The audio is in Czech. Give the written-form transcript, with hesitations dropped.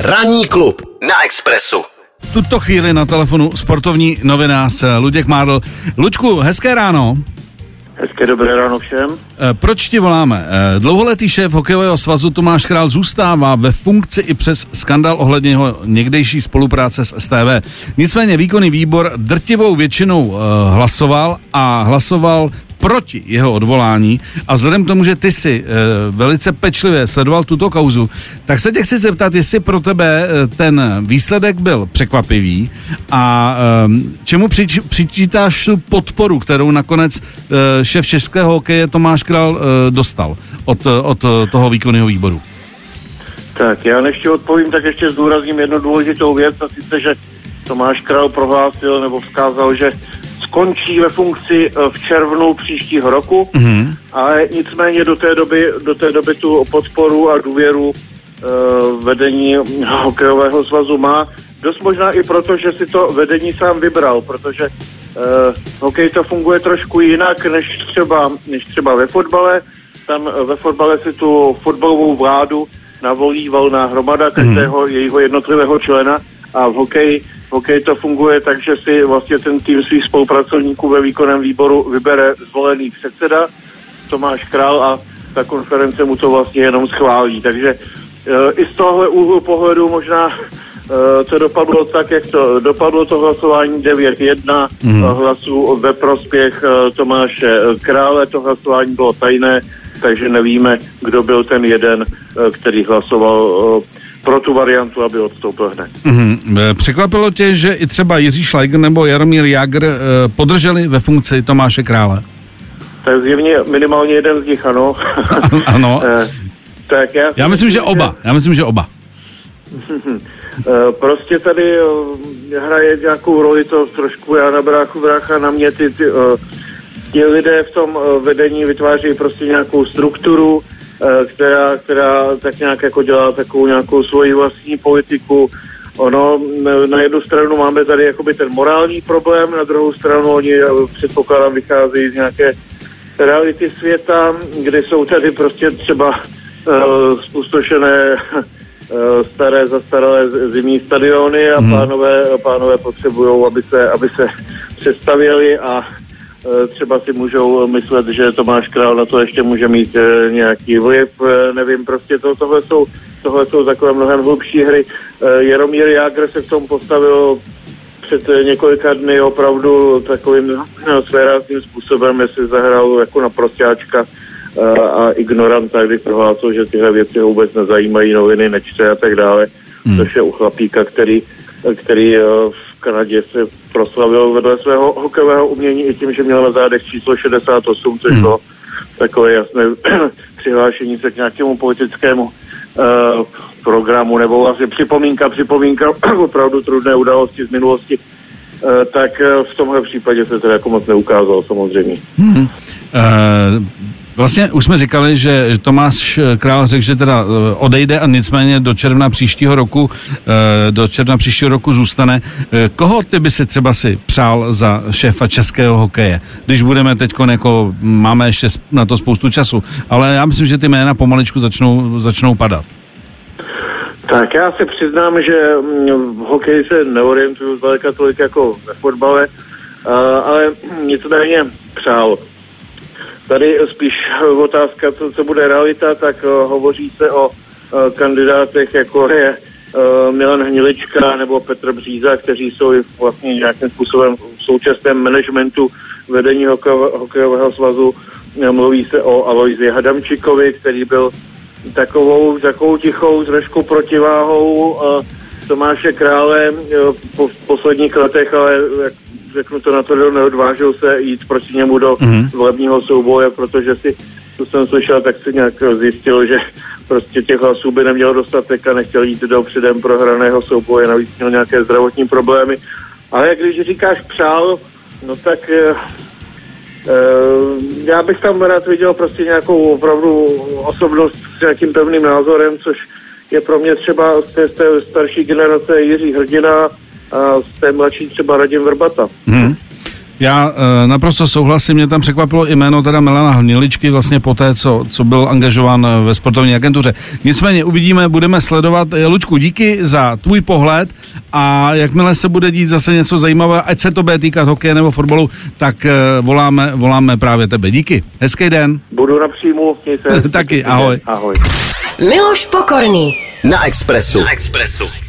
Ranní klub na Expressu. V tuto chvíli na telefonu sportovní novinář Luděk Mádl. Luďku, hezké ráno. Hezké dobré ráno všem. Proč ti voláme? Dlouholetý šéf hokejového svazu Tomáš Král zůstává ve funkci i přes skandál ohledně jeho někdejší spolupráce s STV. Nicméně výkonný výbor drtivou většinou hlasoval proti jeho odvolání a vzhledem k tomu, že ty si velice pečlivě sledoval tuto kauzu, tak se tě chci zeptat, jestli pro tebe ten výsledek byl překvapivý a čemu přičítáš tu podporu, kterou nakonec šéf českého hokeje Tomáš Král dostal od toho výkonného výboru. Tak já než ti odpovím, tak ještě zdůrazním jednu důležitou věc, a sice, že Tomáš Král prohlásil nebo vzkázal, že skončí ve funkci v červnu příštího roku, ale nicméně do té doby tu podporu a důvěru vedení hokejového svazu má. Dost možná i proto, že si to vedení sám vybral, protože hokej to funguje trošku jinak než třeba ve fotbale. Tam ve fotbale si tu fotbalovou vládu navolí valná hromada každého jejího jednotlivého člena a v hokeji to funguje tak, že si vlastně ten tým svých spolupracovníků ve výkonném výboru vybere zvolený předseda Tomáš Král a ta konference mu to vlastně jenom schválí. Takže i z tohohle úhlu pohledu možná to dopadlo tak, jak to dopadlo, to hlasování 9-1 hlasů ve prospěch Tomáše Krále. To hlasování bylo tajné, takže nevíme, kdo byl ten jeden, který hlasoval pro tu variantu, aby odstoupil hned. Překvapilo tě, že i třeba Jiří Šlajger nebo Jaromír Jágr podrželi ve funkci Tomáše Krále? Tak zjevně minimálně jeden z nich, ano. Ano. Tak já myslím, že oba. Prostě tady hraje nějakou roli to trošku já na brácha na mě, ti lidé v tom vedení vytváří prostě nějakou strukturu, která tak nějak jako dělá takovou nějakou svoji vlastní politiku. Ono, na jednu stranu máme tady jakoby ten morální problém, na druhou stranu oni, předpokládám, vycházejí z nějaké reality světa, kde jsou tady prostě třeba spustošené staré zastaralé zimní stadiony a pánové potřebujou, aby se přestavěli a třeba si můžou myslet, že Tomáš Král na to ještě může mít nějaký vliv, nevím, prostě tohle jsou takové mnohem hlubší hry. Jaromír Jágr se v tom postavil před několika dny opravdu takovým svérázným způsobem, jestli zahrál jako na prostáčka a ignoranta, kdy prohlásil, že tyhle věci ho vůbec nezajímají, noviny nečte a tak dále. Což je u chlapíka, který v Kanadě se proslavil vedle svého hokejového umění i tím, že měl na zádech číslo 68, což bylo takové jasné přihlášení se k nějakému politickému programu, nebo vlastně připomínka opravdu trudné události z minulosti, tak v tomhle případě se to jako moc neukázalo samozřejmě. Vlastně už jsme říkali, že Tomáš Král řekl, že teda odejde a nicméně do června příštího roku zůstane. Koho ty by si třeba přál za šéfa českého hokeje? Když budeme teďko máme ještě na to spoustu času, ale já myslím, že ty jména pomaličku začnou padat. Tak já se přiznám, že v hokeji se neorientuju zdaleka tolik jako ve fotbale, ale nicméně přál. Tady spíš otázka, co bude realita, tak hovoří se o kandidátech, jako je Milan Hnilička nebo Petr Bříza, kteří jsou vlastně nějakým způsobem v současném managementu vedení hokejového svazu. Mluví se o Alojzi Hadamčíkovi, který byl takovou tichou trošku protiváhou Tomáše Krále v posledních letech, ale řeknu to na to, neodvážil se jít proti němu do volebního souboje, protože co jsem slyšel, tak si nějak zjistil, že prostě těch hlasů by neměl dostatek a nechtěl jít do předem prohraného souboje, navíc měl nějaké zdravotní problémy. Ale když říkáš přál, no tak já bych tam rád viděl prostě nějakou opravdu osobnost s nějakým pevným názorem, což je pro mě třeba z té starší generace Jiří Hrdina a z té mladší třeba Radim Vrbata. Já naprosto souhlasím, mě tam překvapilo i jméno teda Milana Hniličky vlastně po té, co byl angažován ve sportovní agentuře. Nicméně uvidíme, budeme sledovat. Luďku, díky za tvůj pohled a jakmile se bude dít zase něco zajímavého, ať se to bude týkat hokeje nebo fotbalu, tak voláme právě tebe. Díky, hezký den. Budu na příjmu. Taky, ahoj. Ahoj. Miloš Pokorný. Na Expressu.